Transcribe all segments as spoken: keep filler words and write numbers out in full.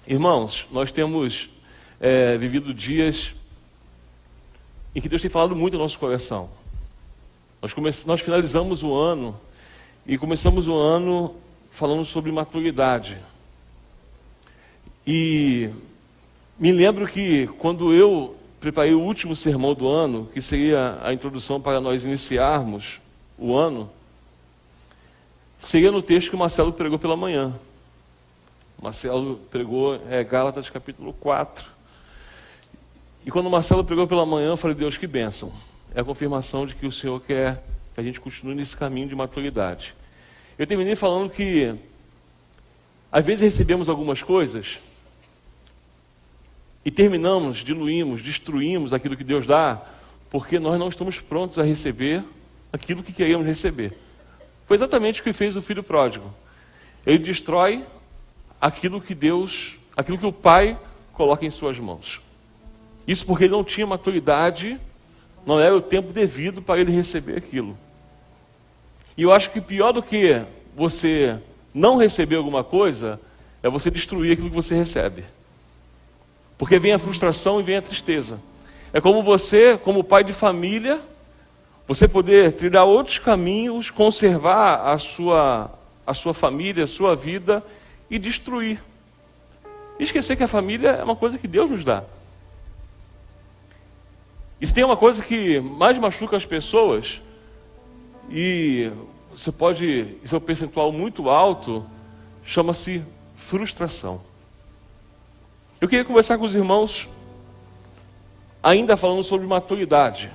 Irmãos, nós temos é, vivido dias em que Deus tem falado muito no nosso coração. Nós, come... nós finalizamos o ano e começamos o ano falando sobre maturidade. E me lembro que quando eu preparei o último sermão do ano, que seria a introdução para nós iniciarmos o ano, seria no texto que o Marcelo pregou pela manhã. O Marcelo pregou é, Gálatas capítulo quatro. E quando o Marcelo pregou pela manhã, eu falei, Deus, que bênção. É a confirmação de que o Senhor quer que a gente continue nesse caminho de maturidade. Eu terminei falando que, às vezes recebemos algumas coisas e terminamos, diluímos, destruímos aquilo que Deus dá, porque nós não estamos prontos a receber aquilo que queríamos receber. Foi exatamente o que fez o filho pródigo. Ele destrói aquilo que Deus, aquilo que o Pai coloca em suas mãos. Isso porque ele não tinha maturidade, não era o tempo devido para ele receber aquilo. E eu acho que pior do que você não receber alguma coisa, é você destruir aquilo que você recebe. Porque vem a frustração e vem a tristeza. É como você, como pai de família, você poder trilhar outros caminhos, conservar a sua, a sua família, a sua vida e destruir. E esquecer que a família é uma coisa que Deus nos dá. E se tem uma coisa que mais machuca as pessoas, e você pode, isso é um percentual muito alto, chama-se frustração. Eu queria conversar com os irmãos, ainda falando sobre maturidade.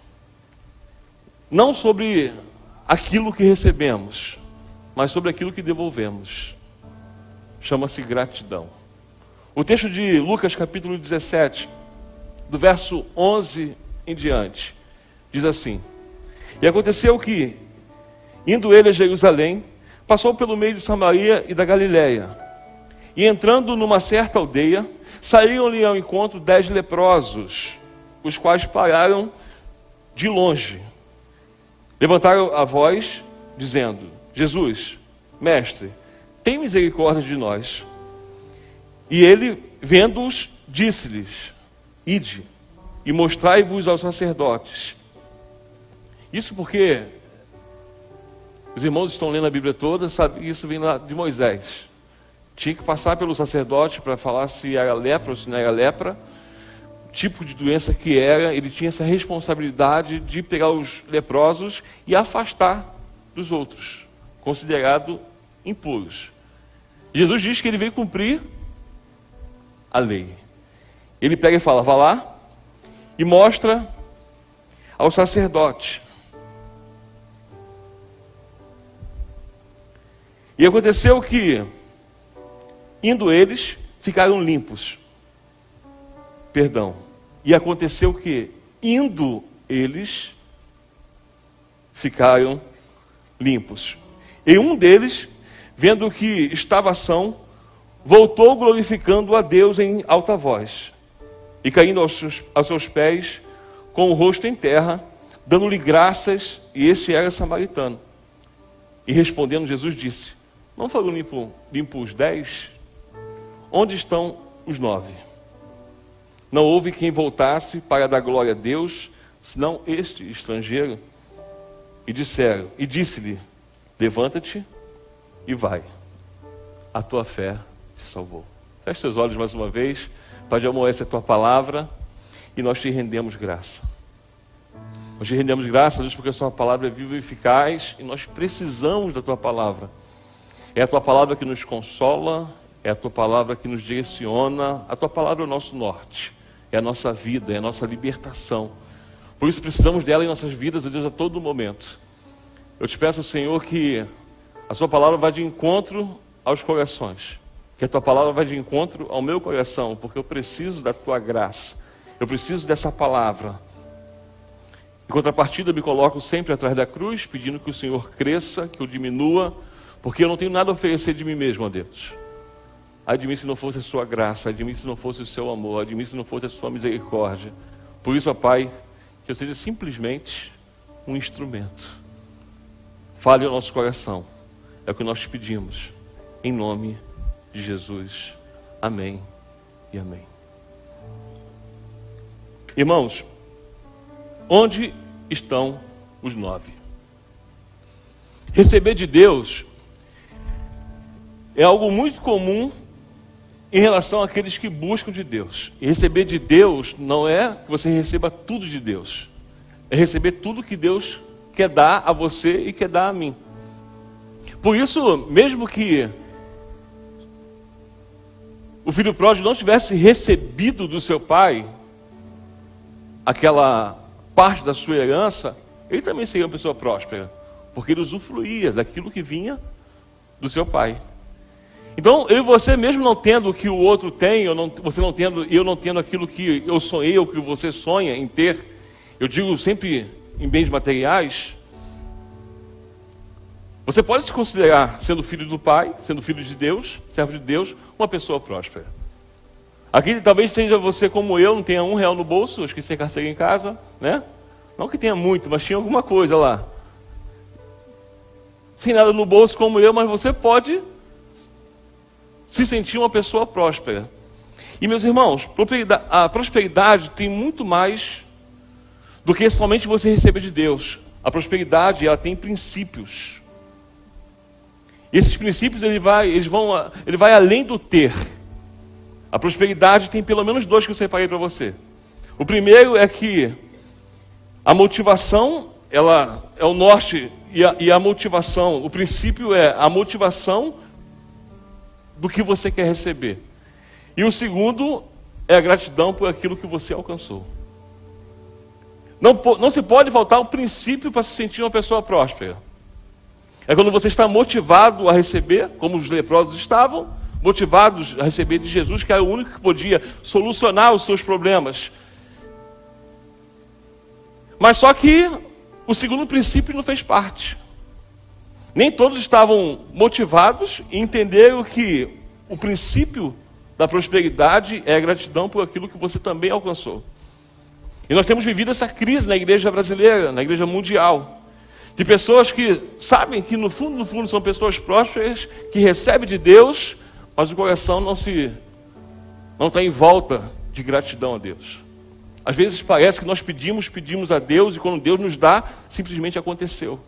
Não sobre aquilo que recebemos, mas sobre aquilo que devolvemos. Chama-se gratidão. O texto de Lucas capítulo dezessete, do verso onze em diante, diz assim: E aconteceu que, indo ele a Jerusalém, passou pelo meio de Samaria e da Galiléia. E entrando numa certa aldeia, saíram-lhe ao encontro dez leprosos, os quais pararam de longe. Levantaram a voz, dizendo: Jesus, mestre, tem misericórdia de nós. E ele, vendo-os, disse-lhes: Ide, e mostrai-vos aos sacerdotes. Isso porque os irmãos estão lendo a Bíblia toda, sabe que isso vem lá de Moisés. Tinha que passar pelo sacerdote para falar se era lepra ou se não era lepra, o tipo de doença que era. Ele tinha essa responsabilidade de pegar os leprosos e afastar dos outros, considerados impuros. Jesus diz que ele veio cumprir a lei. Ele pega e fala: vá lá e mostra ao sacerdote. E aconteceu que, indo eles, ficaram limpos. Perdão. E aconteceu que, indo eles, ficaram limpos. E um deles, vendo que estava são, voltou glorificando a Deus em alta voz. E caindo aos seus, aos seus pés, com o rosto em terra, dando-lhe graças, e este era samaritano. E respondendo, Jesus disse: Não foram limpo, limpo os dez? Onde estão os nove? Não houve quem voltasse para dar glória a Deus, senão este estrangeiro. E disseram, e disse-lhe: Levanta-te e vai. A tua fé te salvou. Feche seus olhos mais uma vez. Pai de amor, essa é a tua palavra, e nós te rendemos graça. Nós te rendemos graça, Deus, porque a tua palavra é viva e eficaz, e nós precisamos da tua palavra. É a tua palavra que nos consola, é a tua palavra que nos direciona, a tua palavra é o nosso norte, é a nossa vida, é a nossa libertação. Por isso precisamos dela em nossas vidas, ó Deus, a todo momento. Eu te peço, Senhor, que a sua palavra vá de encontro aos corações, que a tua palavra vá de encontro ao meu coração, porque eu preciso da tua graça, eu preciso dessa palavra. Em contrapartida, eu me coloco sempre atrás da cruz, pedindo que o Senhor cresça, que eu diminua, porque eu não tenho nada a oferecer de mim mesmo, ó Deus. Ai de mim se não fosse a sua graça, ai de mim se não fosse o seu amor, ai de mim se não fosse a sua misericórdia. Por isso, ó Pai, que eu seja simplesmente um instrumento. Fale ao nosso coração, é o que nós te pedimos, em nome de Jesus. Amém e amém. Irmãos, onde estão os nove? Receber de Deus é algo muito comum em relação àqueles que buscam de Deus. E receber de Deus não é que você receba tudo de Deus. É receber tudo que Deus quer dar a você e quer dar a mim. Por isso, mesmo que o filho pródigo não tivesse recebido do seu pai aquela parte da sua herança, ele também seria uma pessoa próspera, porque ele usufruía daquilo que vinha do seu pai. Então, eu e você, mesmo não tendo o que o outro tem, eu não, você não tendo, eu não tendo aquilo que eu sonhei, ou que você sonha em ter, eu digo sempre em bens materiais, você pode se considerar, sendo filho do Pai, sendo filho de Deus, servo de Deus, uma pessoa próspera. Aqui talvez seja você como eu, não tenha um real no bolso, esqueci a carteira em casa, né? Não que tenha muito, mas tinha alguma coisa lá. Sem nada no bolso como eu, mas você pode se sentir uma pessoa próspera. E meus irmãos, a prosperidade tem muito mais do que somente você receber de Deus. A prosperidade, ela tem princípios. E esses princípios, ele vai, eles vão, ele vai além do ter. A prosperidade tem pelo menos dois que eu separei para você. O primeiro é que a motivação, ela é o norte, e a, e a motivação, o princípio é a motivação do que você quer receber. E o segundo é a gratidão por aquilo que você alcançou. Não, não se pode faltar o princípio para se sentir uma pessoa próspera. É quando você está motivado a receber, como os leprosos estavam, motivados a receber de Jesus, que era o único que podia solucionar os seus problemas. Mas só que o segundo princípio não fez parte. Nem todos estavam motivados e entenderam que o princípio da prosperidade é a gratidão por aquilo que você também alcançou. E nós temos vivido essa crise na igreja brasileira, na igreja mundial, de pessoas que sabem que no fundo, no fundo são pessoas prósperas, que recebem de Deus, mas o coração não se não está em volta de gratidão a Deus. Às vezes parece que nós pedimos, pedimos a Deus, e quando Deus nos dá, simplesmente aconteceu.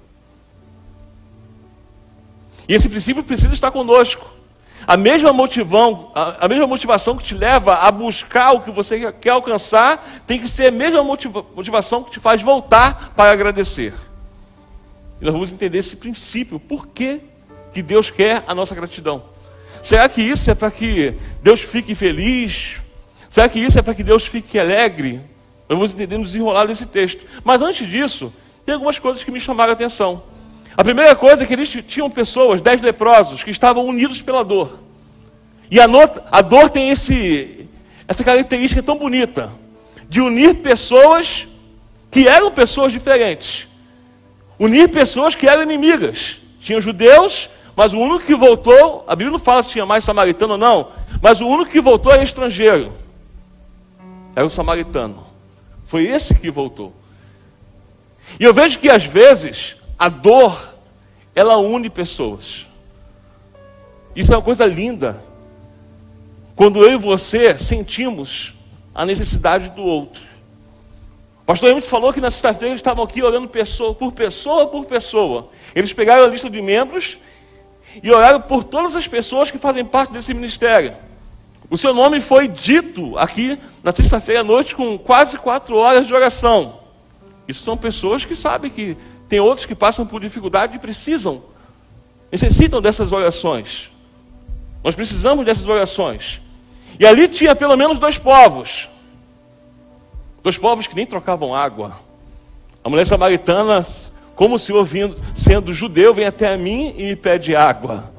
E esse princípio precisa estar conosco. A mesma, motivão, a, a mesma motivação que te leva a buscar o que você quer alcançar, tem que ser a mesma motiva, motivação que te faz voltar para agradecer. E nós vamos entender esse princípio. Por que que Deus quer a nossa gratidão? Será que isso é para que Deus fique feliz? Será que isso é para que Deus fique alegre? Nós vamos entender no desenrolar desse texto. Mas antes disso, tem algumas coisas que me chamaram a atenção. A primeira coisa é que eles tinham pessoas, dez leprosos, que estavam unidos pela dor. E a, not, a dor tem esse, essa característica tão bonita, de unir pessoas que eram pessoas diferentes. Unir pessoas que eram inimigas. Tinha judeus, mas o único que voltou, a Bíblia não fala se tinha mais samaritano ou não, mas o único que voltou era estrangeiro. Era o samaritano. Foi esse que voltou. E eu vejo que às vezes a dor, ela une pessoas. Isso é uma coisa linda. Quando eu e você sentimos a necessidade do outro. O pastor Emerson falou que na sexta-feira eles estavam aqui orando pessoa, por pessoa por pessoa. Eles pegaram a lista de membros e oraram por todas as pessoas que fazem parte desse ministério. O seu nome foi dito aqui na sexta-feira à noite com quase quatro horas de oração. Isso são pessoas que sabem que tem outros que passam por dificuldade e precisam, necessitam dessas orações. Nós precisamos dessas orações. E ali tinha pelo menos dois povos. Dois povos que nem trocavam água. A mulher samaritana, como o Senhor, vindo, sendo judeu, vem até a mim e me pede água.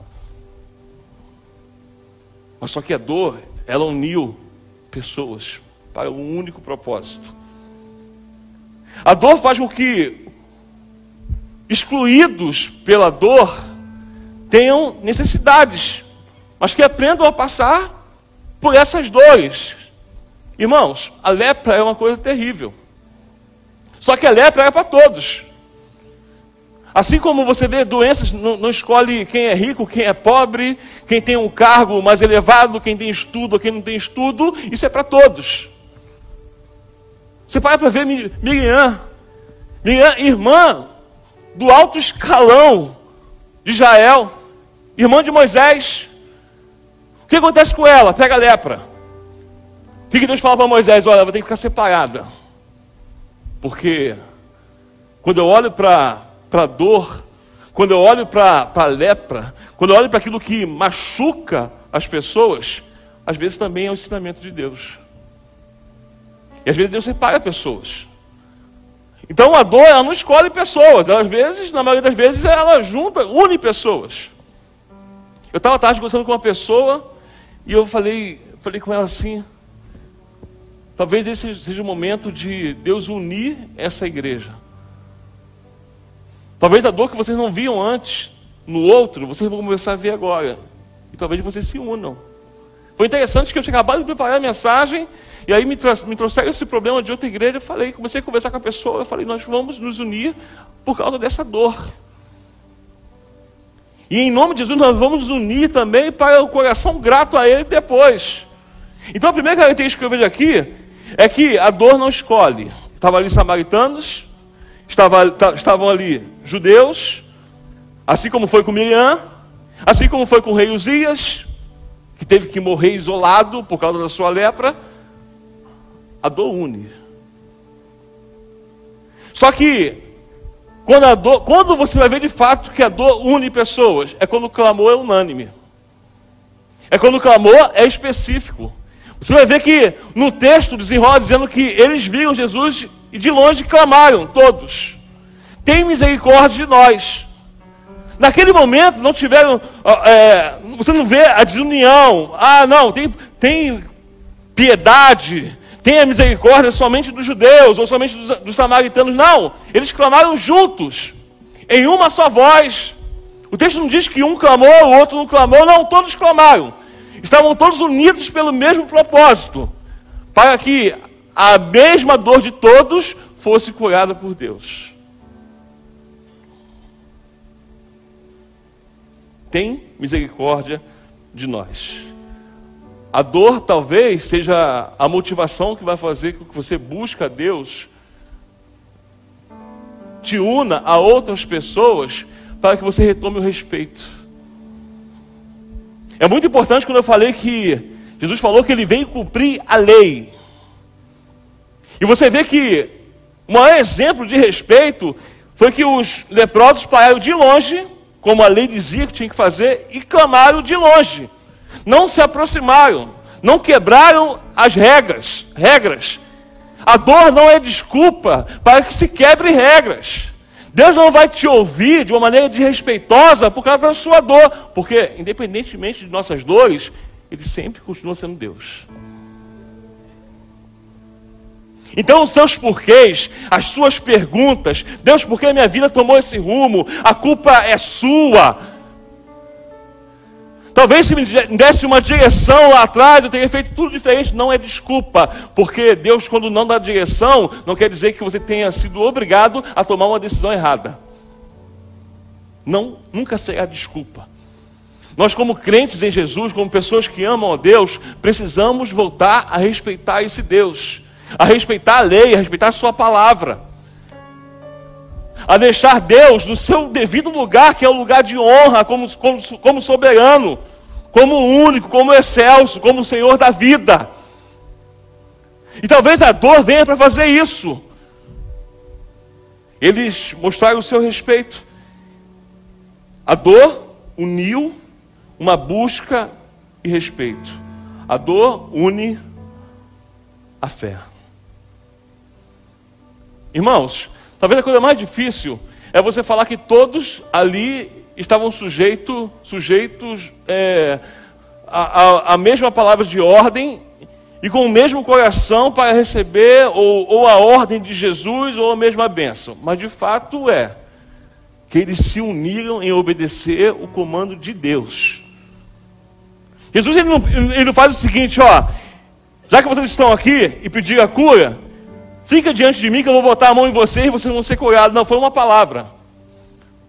Mas só que a dor, ela uniu pessoas para um único propósito. A dor faz com que excluídos pela dor tenham necessidades, mas que aprendam a passar por essas dores. Irmãos, a lepra é uma coisa terrível. Só que a lepra era para todos. Assim como você vê doenças, não, não escolhe quem é rico, quem é pobre, quem tem um cargo mais elevado, quem tem estudo, quem não tem estudo, isso é para todos. Você para para ver Miriam, Miriam, irmã do alto escalão de Israel, irmã de Moisés. O que acontece com ela? Pega a lepra. O que Deus fala para Moisés? Olha, ela vai ter que ficar separada. Porque quando eu olho para a dor, quando eu olho para a lepra, quando eu olho para aquilo que machuca as pessoas, às vezes também é o ensinamento de Deus. E às vezes Deus separa pessoas. Então a dor, ela não escolhe pessoas. Ela, às vezes, na maioria das vezes, ela junta, une pessoas. Eu estava à tarde conversando com uma pessoa e eu falei, falei com ela assim, talvez esse seja o momento de Deus unir essa igreja. Talvez a dor que vocês não viam antes no outro, vocês vão começar a ver agora. E talvez vocês se unam. Foi interessante que eu tinha acabado de preparar a mensagem, e aí me, me trouxeram esse problema de outra igreja. Eu falei, comecei a conversar com a pessoa, eu falei, nós vamos nos unir por causa dessa dor. E em nome de Jesus nós vamos nos unir também para o coração grato a Ele depois. Então a primeira característica que eu vejo aqui é que a dor não escolhe. Estavam ali samaritanos, estava, estavam ali judeus, assim como foi com Miriam, assim como foi com o rei Uzias, que teve que morrer isolado por causa da sua lepra. A dor une. Só que quando, a dor, quando você vai ver de fato que a dor une pessoas, é quando o clamor é unânime. É quando o clamor é específico. Você vai ver que no texto desenrola dizendo que eles viram Jesus e de longe clamaram, todos: tem misericórdia de nós. Naquele momento não tiveram, é, você não vê a desunião. Ah, não, tem, tem piedade, tem a misericórdia somente dos judeus ou somente dos, dos samaritanos. Não, eles clamaram juntos, em uma só voz. O texto não diz que um clamou, o outro não clamou. Não, todos clamaram. Estavam todos unidos pelo mesmo propósito, para que a mesma dor de todos fosse curada por Deus. Tem misericórdia de nós. A dor talvez seja a motivação que vai fazer com que você busque a Deus, te una a outras pessoas, para que você retome o respeito. É muito importante quando eu falei que Jesus falou que Ele veio cumprir a lei. E você vê que o maior exemplo de respeito foi que os leprosos pararam de longe, como a lei dizia que tinha que fazer, e clamaram de longe. Não se aproximaram, não quebraram as regras. regras. A dor não é desculpa para que se quebre regras. Deus não vai te ouvir de uma maneira desrespeitosa por causa da sua dor, porque independentemente de nossas dores, Ele sempre continua sendo Deus. Então os seus porquês, as suas perguntas: Deus, por que a minha vida tomou esse rumo? A culpa é sua. Talvez se me desse uma direção lá atrás, eu teria feito tudo diferente. Não é desculpa, porque Deus, quando não dá direção, não quer dizer que você tenha sido obrigado a tomar uma decisão errada. Não, nunca será desculpa. Nós, como crentes em Jesus, como pessoas que amam a Deus, precisamos voltar a respeitar esse Deus, a respeitar a lei, a respeitar a sua palavra, a deixar Deus no seu devido lugar, que é o lugar de honra, como, como, como soberano, como único, como excelso, como Senhor da vida. E talvez a dor venha para fazer isso. Eles mostraram o seu respeito. A dor uniu uma busca e respeito. A dor une a fé. Irmãos, talvez a coisa mais difícil é você falar que todos ali estavam sujeito, sujeitos é, a, a, a mesma palavra de ordem e com o mesmo coração para receber ou, ou a ordem de Jesus ou a mesma bênção. Mas de fato é que eles se uniram em obedecer o comando de Deus. Jesus ele não, ele não faz o seguinte: ó, já que vocês estão aqui e pediram a cura, fica diante de mim que eu vou botar a mão em vocês e vocês vão ser curados. Não, foi uma palavra.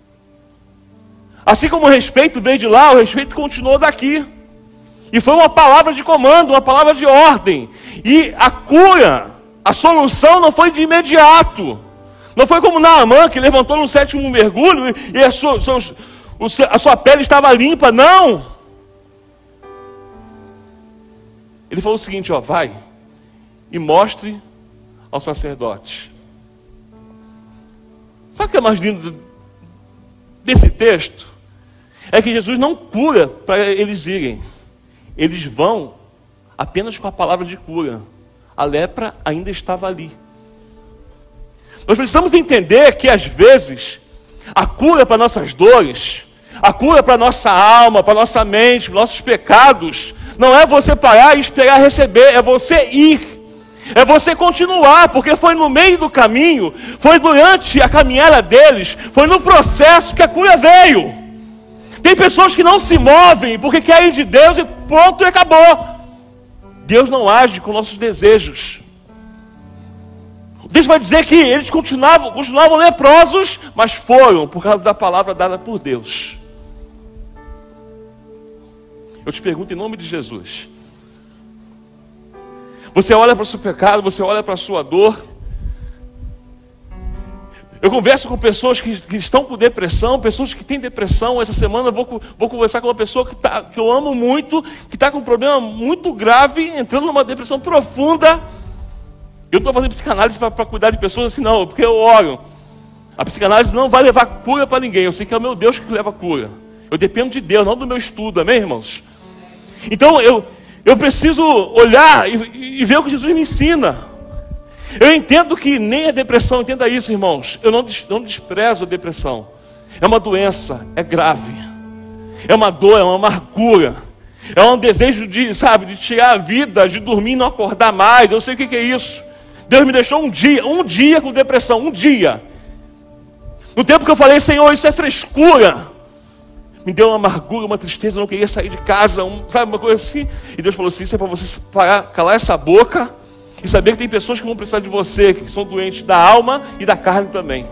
Assim como o respeito veio de lá, o respeito continuou daqui. E foi uma palavra de comando, uma palavra de ordem. E a cura, a solução não foi de imediato. Não foi como Naamã, que levantou no sétimo mergulho e a sua, a sua pele estava limpa. Não! Ele falou o seguinte, ó, vai e mostre ao sacerdote. Sabe o que é mais lindo desse texto? É que Jesus não cura para eles irem. Eles vão apenas com a palavra de cura. A lepra ainda estava ali. Nós precisamos entender que às vezes a cura para nossas dores, a cura para nossa alma, para nossa mente, para nossos pecados, não é você parar e esperar receber, é você ir. É você continuar, porque foi no meio do caminho, foi durante a caminhada deles, foi no processo que a cura veio. Tem pessoas que não se movem porque querem de Deus e pronto, e acabou. Deus não age com nossos desejos. Deus vai dizer que eles continuavam, continuavam leprosos, mas foram por causa da palavra dada por Deus. Eu te pergunto em nome de Jesus. Você olha para o seu pecado, você olha para a sua dor. Eu converso com pessoas que, que estão com depressão, pessoas que têm depressão. Essa semana eu vou, vou conversar com uma pessoa que, tá, que eu amo muito, que está com um problema muito grave, entrando numa depressão profunda. Eu estou fazendo psicanálise para cuidar de pessoas assim, não, porque eu oro. A psicanálise não vai levar cura para ninguém. Eu sei que é o meu Deus que leva cura. Eu dependo de Deus, não do meu estudo, amém, irmãos? Então eu, eu preciso olhar e, e ver o que Jesus me ensina. Eu entendo que nem a depressão, entenda isso, irmãos. Eu não, não desprezo a depressão. É uma doença, é grave. É uma dor, é uma amargura. É um desejo de, sabe, de tirar a vida, de dormir e não acordar mais. Eu sei o que, que é isso. Deus me deixou um dia, um dia com depressão, um dia. No tempo que eu falei, Senhor, isso é frescura. Me deu uma amargura, uma tristeza, eu não queria sair de casa, um, sabe, uma coisa assim. E Deus falou assim, isso é para você parar, calar essa boca e saber que tem pessoas que vão precisar de você, que são doentes da alma e da carne também.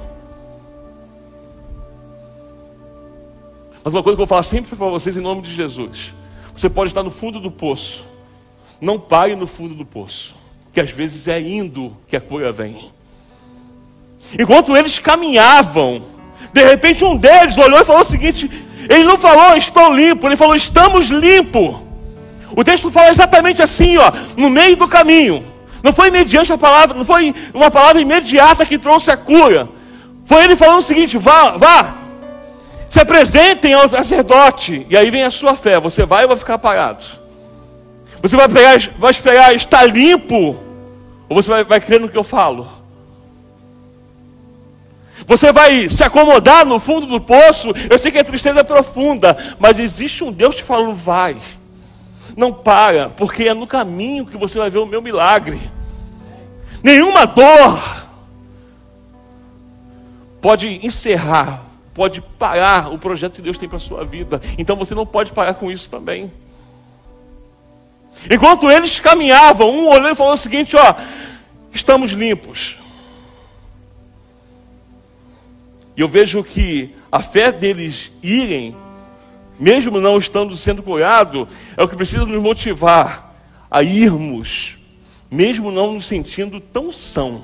Mas uma coisa que eu vou falar sempre para vocês em nome de Jesus. Você pode estar no fundo do poço. Não pare no fundo do poço. Que às vezes é indo que a cura vem. Enquanto eles caminhavam, de repente um deles olhou e falou o seguinte, ele não falou estou limpo, ele falou estamos limpos. O texto fala exatamente assim, ó, no meio do caminho. Não foi mediante a palavra, não foi uma palavra imediata que trouxe a cura. Foi ele falando o seguinte, vá, vá, se apresentem ao sacerdote, e aí vem a sua fé, você vai ou vai ficar parado? Você vai, pegar, vai esperar estar limpo, ou você vai, vai crer no que eu falo? Você vai se acomodar no fundo do poço? Eu sei que a tristeza é profunda, mas existe um Deus te falando, vai. Não para, porque é no caminho que você vai ver o meu milagre. Nenhuma dor pode encerrar, pode parar o projeto que Deus tem para a sua vida. Então você não pode parar com isso também. Enquanto eles caminhavam, um olhou e falou o seguinte, ó, estamos limpos. E eu vejo que a fé deles irem, mesmo não estando sendo curado, é o que precisa nos motivar a irmos, mesmo não nos sentindo tão são.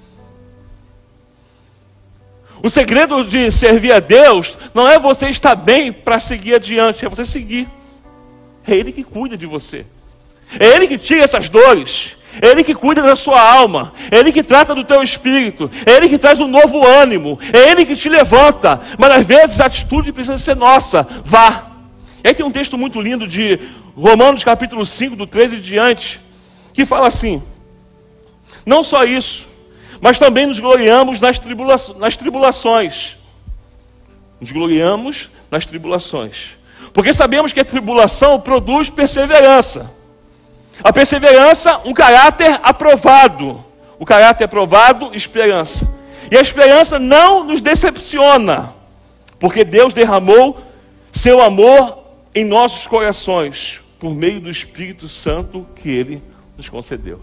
O segredo de servir a Deus não é você estar bem para seguir adiante, é você seguir. É Ele que cuida de você. É Ele que tira essas dores. É Ele que cuida da sua alma. É Ele que trata do teu espírito. É Ele que traz um novo ânimo. É Ele que te levanta. Mas às vezes a atitude precisa ser nossa. Vá. E aí tem um texto muito lindo de Romanos capítulo cinco, do treze em diante, que fala assim, não só isso, mas também nos gloriamos nas, tribula nas tribulações. Nos gloriamos nas tribulações. Porque sabemos que a tribulação produz perseverança. A perseverança, um caráter aprovado. O caráter aprovado, esperança. E a esperança não nos decepciona, porque Deus derramou seu amor em nossos corações, por meio do Espírito Santo que Ele nos concedeu.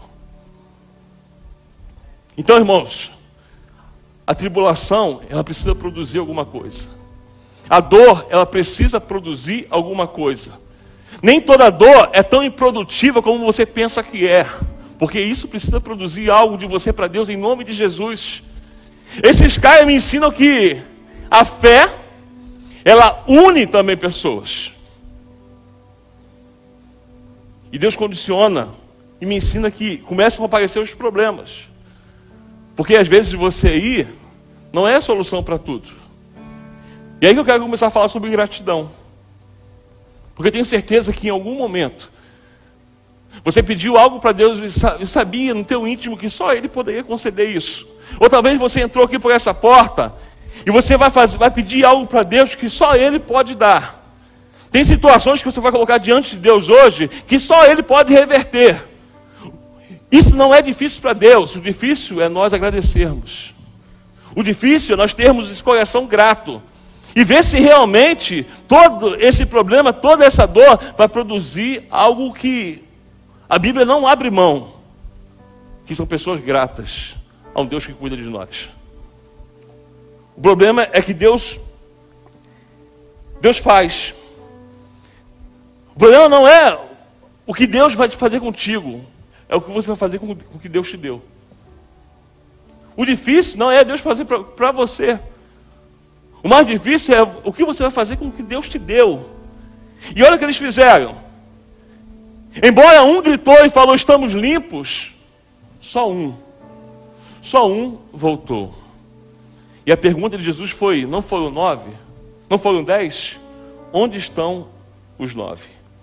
Então, irmãos, a tribulação, ela precisa produzir alguma coisa. A dor, ela precisa produzir alguma coisa. Nem toda dor é tão improdutiva como você pensa que é. Porque isso precisa produzir algo de você para Deus, em nome de Jesus. Esses caras me ensinam que a fé, ela une também pessoas. E Deus condiciona e me ensina que começam a aparecer os problemas. Porque às vezes você ir não é a solução para tudo. E aí que eu quero começar a falar sobre gratidão. Porque eu tenho certeza que em algum momento você pediu algo para Deus e sabia no teu íntimo que só Ele poderia conceder isso. Ou talvez você entrou aqui por essa porta e você vai, fazer, vai pedir algo para Deus que só Ele pode dar. Tem situações que você vai colocar diante de Deus hoje que só Ele pode reverter. Isso não é difícil para Deus. O difícil é nós agradecermos. O difícil é nós termos esse coração grato. E ver se realmente todo esse problema, toda essa dor vai produzir algo que a Bíblia não abre mão. Que são pessoas gratas a um Deus que cuida de nós. O problema é que Deus, Deus faz. O problema não é o que Deus vai fazer contigo, é o que você vai fazer com o que Deus te deu. O difícil não é Deus fazer para você. O mais difícil é o que você vai fazer com o que Deus te deu. E olha o que eles fizeram. Embora um gritou e falou, estamos limpos, só um. Só um voltou. E a pergunta de Jesus foi, não foram nove? Não foram dez? Onde estão os nove?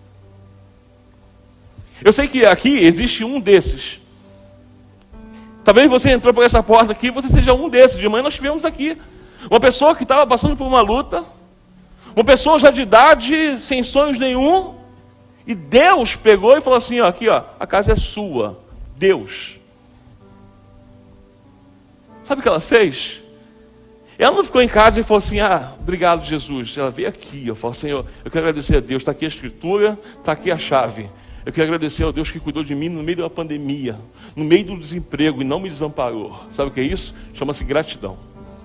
Eu sei que aqui existe um desses. Talvez você entrou por essa porta aqui, você seja um desses. De manhã nós tivemos aqui uma pessoa que estava passando por uma luta, uma pessoa já de idade, sem sonhos nenhum, e Deus pegou e falou assim, ó, aqui ó, a casa é sua, Deus. Sabe o que ela fez? Ela não ficou em casa e falou assim, ah, obrigado Jesus. Ela veio aqui, eu falei, Senhor, eu quero agradecer a Deus, está aqui a escritura, está aqui a chave. Eu quero agradecer ao Deus que cuidou de mim no meio da pandemia, no meio do desemprego e não me desamparou. Sabe o que é isso? Chama-se gratidão.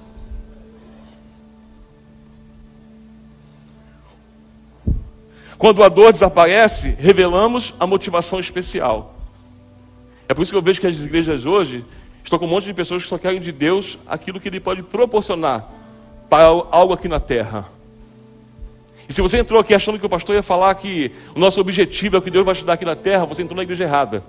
Quando a dor desaparece, revelamos a motivação especial. É por isso que eu vejo que as igrejas hoje estão com um monte de pessoas que só querem de Deus aquilo que Ele pode proporcionar para algo aqui na terra. E se você entrou aqui achando que o pastor ia falar que o nosso objetivo é o que Deus vai te dar aqui na terra, você entrou na igreja errada.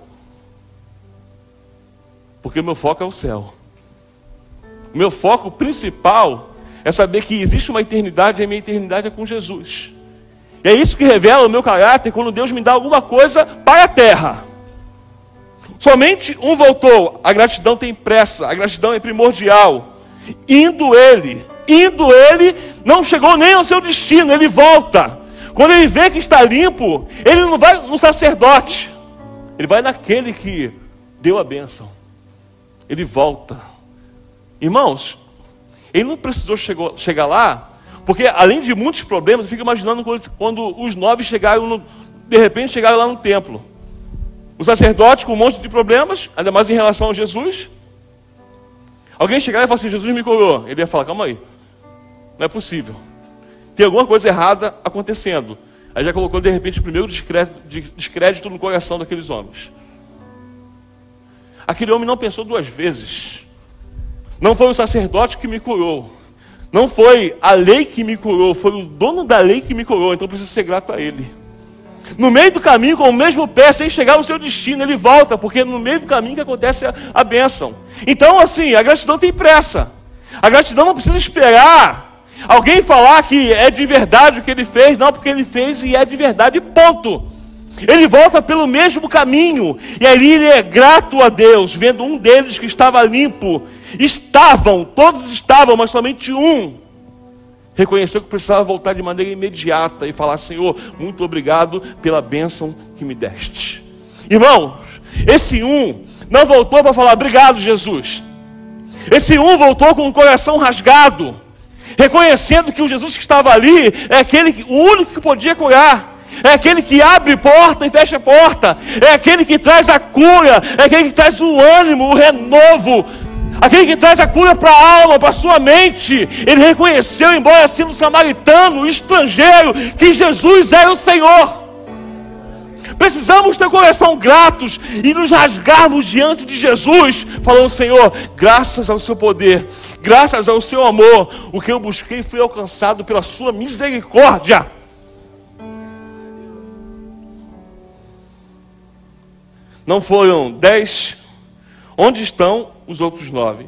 Porque o meu foco é o céu. O meu foco principal é saber que existe uma eternidade e a minha eternidade é com Jesus. E é isso que revela o meu caráter quando Deus me dá alguma coisa para a terra. Somente um voltou. A gratidão tem pressa, a gratidão é primordial. Indo ele, indo ele, não chegou nem ao seu destino, ele volta. Quando ele vê que está limpo, ele não vai no sacerdote, ele vai naquele que deu a bênção. Ele volta. Irmãos, ele não precisou chegou, chegar lá, porque além de muitos problemas, eu fico imaginando quando, quando os nove chegaram, no, de repente chegaram lá no templo. O sacerdote com um monte de problemas, ainda mais em relação a Jesus. Alguém chegar e falar assim, Jesus me curou. Ele ia falar, calma aí, não é possível. Tem alguma coisa errada acontecendo. Aí já colocou de repente o primeiro descrédito, descrédito no coração daqueles homens. Aquele homem não pensou duas vezes. Não foi o sacerdote que me curou. Não foi a lei que me curou, foi o dono da lei que me curou, então eu preciso ser grato a ele. No meio do caminho, com o mesmo pé, sem chegar ao seu destino, ele volta, porque é no meio do caminho que acontece a, a bênção. Então, assim, a gratidão tem pressa. A gratidão não precisa esperar alguém falar que é de verdade o que ele fez, não, porque ele fez e é de verdade, ponto. Ele volta pelo mesmo caminho, e ali ele é grato a Deus, vendo um deles que estava limpo. Estavam, todos estavam, mas somente um reconheceu que precisava voltar de maneira imediata e falar, Senhor, muito obrigado pela bênção que me deste. Irmãos, esse um não voltou para falar, obrigado Jesus. Esse um voltou com o coração rasgado, reconhecendo que o Jesus que estava ali é aquele, o único que podia curar. É aquele que abre porta e fecha porta. É aquele que traz a cura. É aquele que traz o ânimo, o renovo, Aquele que traz a cura para a alma, para a sua mente. Ele reconheceu, embora sendo samaritano, estrangeiro, que Jesus era o Senhor. Precisamos ter coração gratos e nos rasgarmos diante de Jesus, falando: Senhor, graças ao seu poder, graças ao seu amor, o que eu busquei foi alcançado pela sua misericórdia. Não foram dez? Onde estão os outros nove?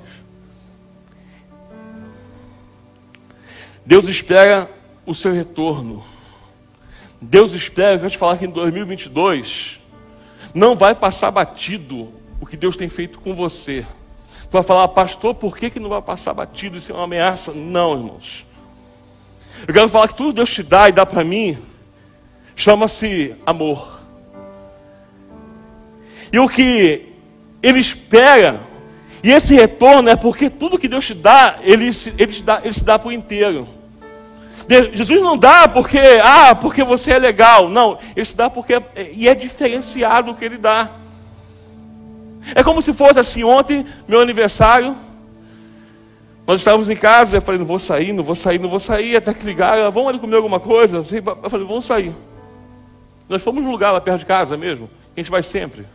Deus espera o seu retorno. Deus espera, eu quero te falar que em dois mil e vinte e dois não vai passar batido o que Deus tem feito com você. Tu vai falar: pastor, por que, que não vai passar batido? Isso é uma ameaça. Não, irmãos. Eu quero falar que tudo Deus te dá e dá para mim chama-se amor. E o que Ele espera, e esse retorno é porque tudo que Deus te dá, Ele, ele, te dá, ele se dá por inteiro. Jesus não dá porque, ah, porque você é legal. Não, Ele se dá porque, e é diferenciado o que Ele dá. É como se fosse assim: ontem, meu aniversário, nós estávamos em casa, eu falei: não vou sair, não vou sair, não vou sair, até que ligaram: vamos ali comer alguma coisa? Eu falei: vamos sair. Nós fomos num lugar lá perto de casa mesmo, que a gente vai sempre.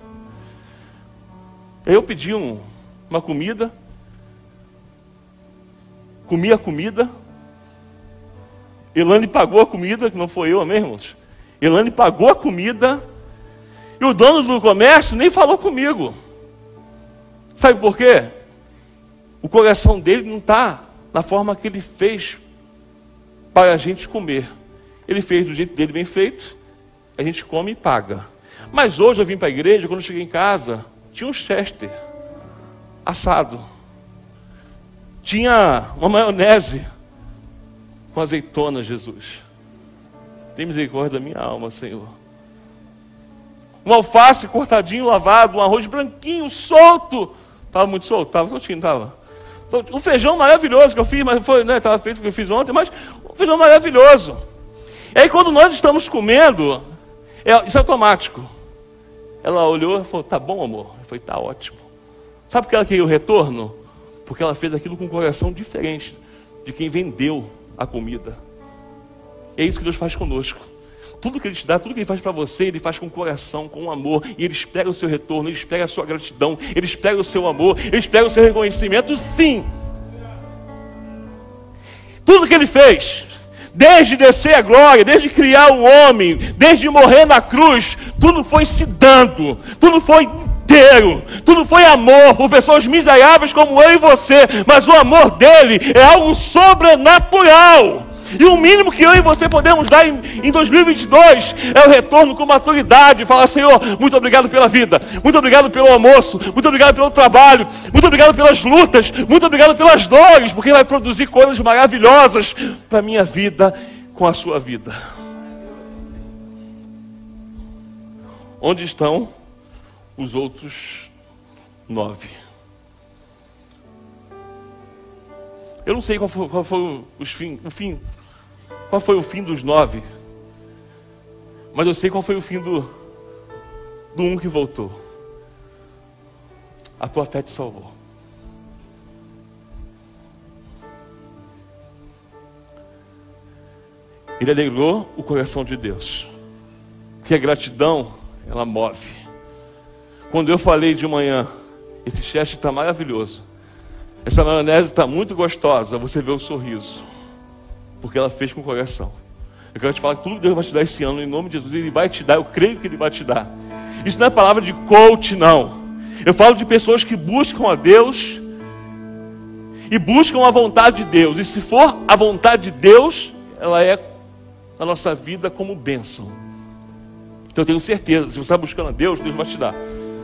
Aí eu pedi um, uma comida, comi a comida, Elane pagou a comida, que não foi eu, amém, irmãos? Elane pagou a comida, e o dono do comércio nem falou comigo. Sabe por quê? O coração dele não está na forma que ele fez para a gente comer. Ele fez do jeito dele, bem feito, a gente come e paga. Mas hoje eu vim para a igreja, quando eu cheguei em casa, tinha um chester assado, tinha uma maionese com azeitona. Jesus, tem misericórdia da minha alma, Senhor. Um alface cortadinho, lavado, um arroz branquinho, solto. Estava muito solto? Estava soltinho, estava. Um feijão maravilhoso que eu fiz, mas foi, né, estava feito o que eu fiz ontem, mas um feijão maravilhoso. E aí quando nós estamos comendo, é, isso é automático. Ela olhou e falou: tá bom, amor? Eu falei: tá ótimo. Sabe por que ela queria o retorno? Porque ela fez aquilo com um coração diferente de quem vendeu a comida. É isso que Deus faz conosco. Tudo que Ele te dá, tudo que Ele faz para você, Ele faz com coração, com amor. E Ele espera o seu retorno, Ele espera a sua gratidão, Ele espera o seu amor, Ele espera o seu reconhecimento, sim. Tudo que Ele fez, desde descer a glória, desde criar o homem, desde morrer na cruz, tudo foi se dando, tudo foi inteiro, tudo foi amor por pessoas miseráveis como eu e você. Mas o amor dele é algo sobrenatural. E o mínimo que eu e você podemos dar em, em dois mil e vinte e dois é o retorno com maturidade. Falar: Senhor, muito obrigado pela vida, muito obrigado pelo almoço, muito obrigado pelo trabalho, muito obrigado pelas lutas, muito obrigado pelas dores, porque vai produzir coisas maravilhosas para a minha vida com a sua vida. Onde estão os outros nove? Eu não sei qual foi, qual foi os fim, o fim, qual foi o fim dos nove, mas eu sei qual foi o fim do, do um que voltou. A tua fé te salvou. Ele alegrou o coração de Deus, porque a gratidão, ela move. Quando eu falei de manhã: esse chester está maravilhoso, essa maionese está muito gostosa, você vê o sorriso, porque ela fez com o coração. Eu quero te falar que tudo que Deus vai te dar esse ano, em nome de Jesus, Ele vai te dar. Eu creio que Ele vai te dar. Isso não é palavra de coach, não. Eu falo de pessoas que buscam a Deus e buscam a vontade de Deus. E se for a vontade de Deus, ela é na nossa vida como bênção. Então eu tenho certeza, se você está buscando a Deus, Deus vai te dar.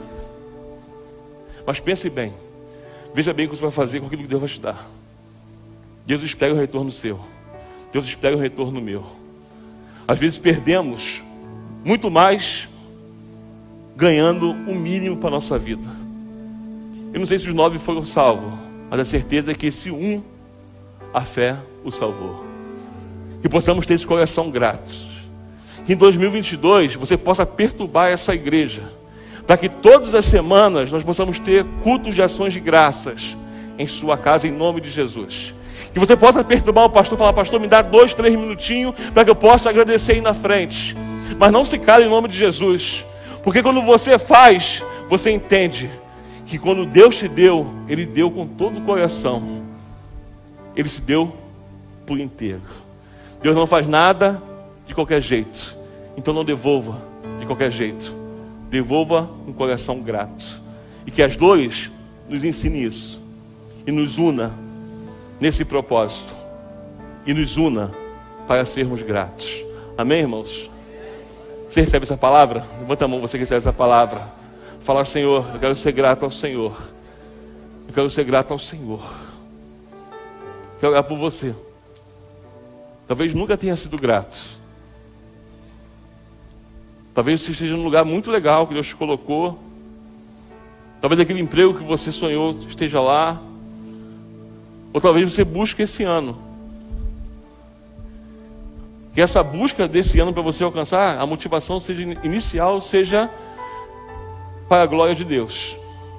Mas pense bem, veja bem o que você vai fazer com aquilo que Deus vai te dar. Deus espera o retorno seu, Deus espera o retorno meu. Às vezes perdemos muito mais ganhando o mínimo para a nossa vida. Eu não sei se os nove foram salvos, mas a certeza é que esse um, a fé o salvou. Que possamos ter esse coração grato. Que em dois mil e vinte e dois você possa perturbar essa igreja, para que todas as semanas nós possamos ter cultos de ações de graças em sua casa, em nome de Jesus. Que você possa perturbar o pastor, falar: pastor, me dá dois, três minutinhos para que eu possa agradecer aí na frente. Mas não se cale em nome de Jesus, porque quando você faz, você entende que quando Deus te deu, Ele deu com todo o coração. Ele se deu por inteiro. Deus não faz nada de qualquer jeito. Então não devolva de qualquer jeito. Devolva um coração grato. E que as dores nos ensinem isso. E nos una nesse propósito. E nos una para sermos gratos. Amém, irmãos? Você recebe essa palavra? Levanta a mão, você que recebe essa palavra. Fala: Senhor, eu quero ser grato ao Senhor. Eu quero ser grato ao Senhor. Quero orar por você. Talvez nunca tenha sido grato. Talvez você esteja num lugar muito legal que Deus te colocou. Talvez aquele emprego que você sonhou esteja lá. Ou talvez você busque esse ano. Que essa busca desse ano para você alcançar, a motivação seja inicial, seja para a glória de Deus.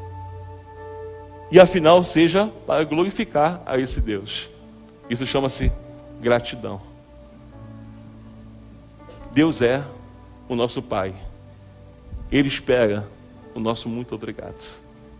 E afinal seja para glorificar a esse Deus. Isso chama-se gratidão. Deus é o nosso Pai. Ele espera o nosso muito obrigado.